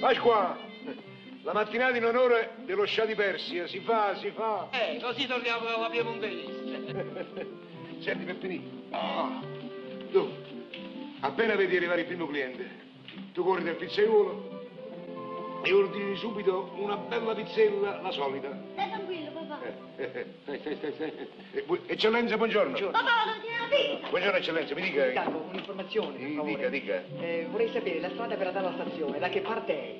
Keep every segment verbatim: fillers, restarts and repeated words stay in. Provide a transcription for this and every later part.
Pasqua, la mattinata in onore dello scià di Persia, si fa, si fa. Eh, così torniamo alla piemontese. Senti, Peppinino, oh, tu, appena vedi arrivare il primo cliente, tu corri del pizzaiolo e ordini subito una bella pizzella, la solita. Stai tranquillo, papà. Eh, stai, stai, stai, stai. Eccellenza, buongiorno. Buongiorno. Papà, non tiene la pizza. Buongiorno, eccellenza, mi dica. Carlo, un'informazione, per Sì, favore. dica, dica. Eh, vorrei sapere la strada per andare alla stazione, da che parte è?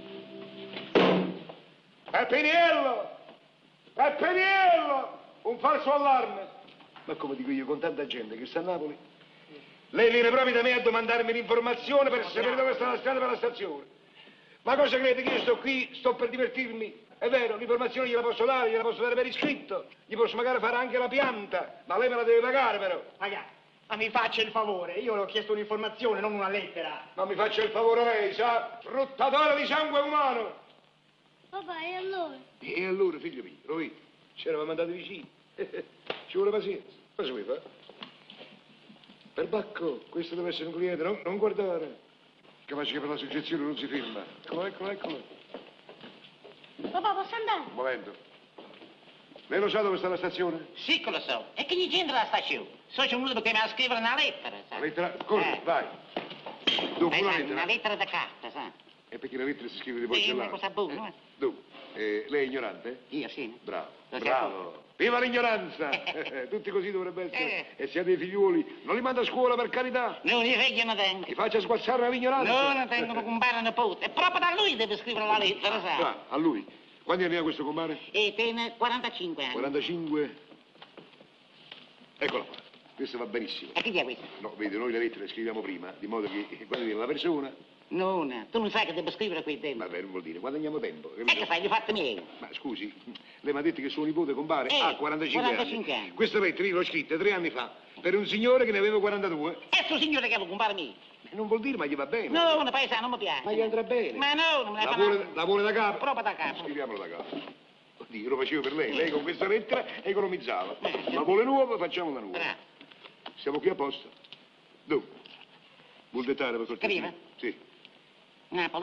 Peppiniello! Peppiniello! Un falso allarme! Ma come dico io, con tanta gente che sta a Napoli? Lei viene proprio da me a domandarmi l'informazione per sapere dove sta la strada per la stazione. Ma cosa crede che io sto qui, sto per divertirmi? È vero, l'informazione gliela posso dare, gliela posso dare per iscritto, gli posso magari fare anche la pianta, ma lei me la deve pagare però. Raga, ma mi faccia il favore, io le ho chiesto un'informazione, non una lettera. Ma mi faccia il favore lei, sa? Fruttatore di sangue umano! Papà, e allora? E allora, figlio mio, lo vedi, ci eravamo andati vicini. Ci vuole pazienza. Cosa vuoi fare? Perbacco, questo deve essere un cliente, no? Non guardare. Capace che per la suggezione non si firma. Eccolo, eccolo, eccolo. Papà, posso andare? Un momento. Lei lo sa dove sta la stazione? Sì che lo so. E che gli c'entra la stazione? So c'è venuto perché mi ha scritto una lettera, sa? La lettera? Corri, Eh. vai. Dunque, una Eh, lettera. Una lettera da carta, sa? E perché la lettera si scrive di Sì, una porcellana? cosa buona, eh. Dunque, eh, lei è ignorante? Io sì. Bravo, Lo bravo. Viva l'ignoranza! Tutti così dovrebbe essere. Eh. E se ha dei figliuoli, non li manda a scuola per carità. Non i figli ne tengo. Ti faccia sguazzare l'ignoranza. Non ne tengono compare nipote. E proprio da lui deve scrivere la lettera, sa? Ah, a lui. Quanti anni ha questo compare? E tiene quarantacinque anni. quarantacinque. Eccola qua. Questo va benissimo. E chi è questo? No, vedi, noi le lettere le scriviamo prima, di modo che quando viene la persona. Non, tu non sai che devo scrivere qui dentro. Vabbè, non vuol dire, guadagniamo tempo. E che fai, li fatti miei? Ma scusi, lei mi ha detto che suo nipote compare Eh, ha quarantacinque, quarantacinque anni. anni. Questa lettera io l'ho scritta tre anni fa per un signore che ne aveva quarantadue. E sto signore che lo compare mio? Non vuol dire, ma gli va bene. No, una paesana non mi piace. Ma gli andrà bene. Ma no, non me ne La fa vuole, male. la vuole da capo? Proprio da capo. Scriviamolo da capo. Oddio, lo facevo per lei. Lei con questa lettera economizzava. Eh, La vuole nuova, facciamo la nuova. Bravo. Siamo qui apposta. Dunque, vuol dettare per cortesia? Scriva. Sì. Napoli.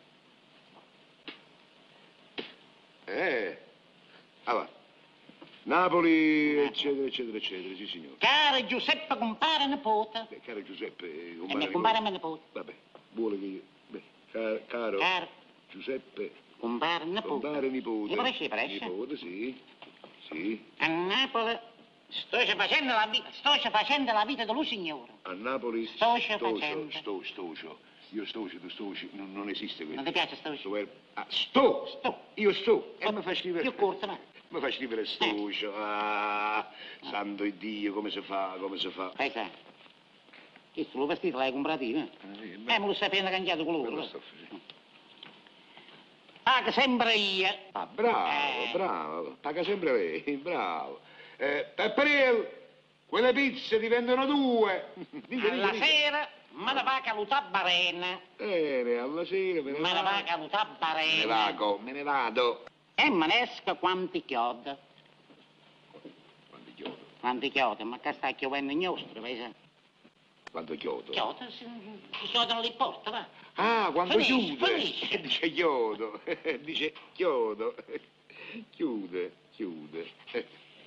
Eh. Ah, va. Napoli, eccetera, eccetera, eccetera, sì, signore. Caro Giuseppe compare nipote. Beh, caro Giuseppe, E compare mi compare mio nipote. Vabbè, vuole che io... Beh, ca- caro Caro Giuseppe, compare nipote. compare nipote. Mi paresce, paresce. Nipote, sì. Sì. A Napoli sto facendo la vita, sto facendo la vita dello signore. A Napoli... Sto stocio, facendo. sto, stocio. Io stocio, tu stoci, non, non esiste questo. Non ti piace sto? Sto er- ah, sto! Sto. Io sto. E Sto. mi fa scrivere... Più corto, ma. Mi fa scrivere stocio. Ah, santo Dio, come si fa, come si fa. Sai, sai. Questo lo vestito l'hai comprato io, eh? Eh, sì, Eh, beh, me lo stai appena cambiato colore. bello lo. sto, sì. Ah, che sempre io. Ah, bravo, Eh. bravo. Paga sempre lei, bravo. Eh, Pepperell, quelle pizze diventano due. Dica, Alla dica, dica. sera me ne va a calutà barena. Bene, alla sera me ne Me ne va a vado. calutà Me ne barena. vago, me ne vado. E me ne esco quanti chiodi. Quanto chiodo? Quanti chiodi? Ma che sta chiovendo in nostro, vedi? Quanto chiodo? Chiodi? Si, si chiudono le porte, va. Ah, quando Finisce, chiude. finisce. Dice chiodo. Dice chiodo. Chiude, chiude. Eh,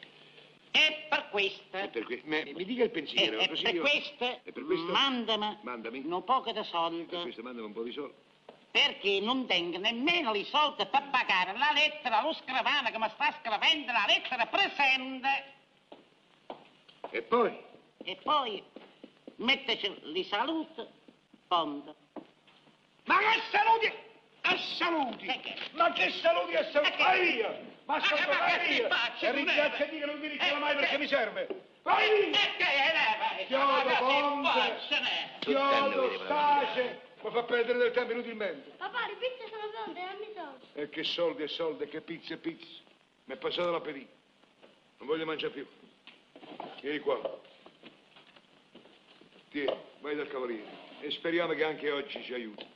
E per questo... e per que- me- mi dica il pensiero. E, e così per io- questo, E per questo? mandami, Mandami. un poco di soldi, Per questo mandami un po' di soldi. perché non tengo nemmeno i soldi per pagare la lettera allo scrivano che mi sta scrivendo la lettera presente. E poi? E poi metteci li salute, ponte. Ma che saluti! Che saluti! E che? Ma che saluti e saluti! E che? Vai via! Ma Ma sotto, che- ma vai che via! ti faccio, E tu ringrazia ne- Dio che non mi dice Eh, mai perché eh. mi serve! Vai via! E che è? Chiodo, ponte, Ponte. chiodo, stace! Mi fa perdere del tempo inutilmente. Papà, le pizze sono pronte, dammi i soldi. E che soldi e soldi, e che pizza e pizza. Mi è passato l'appetito. Non voglio mangiare più. Vieni qua. Tieni, vai dal cavaliere. E speriamo che anche oggi ci aiuti.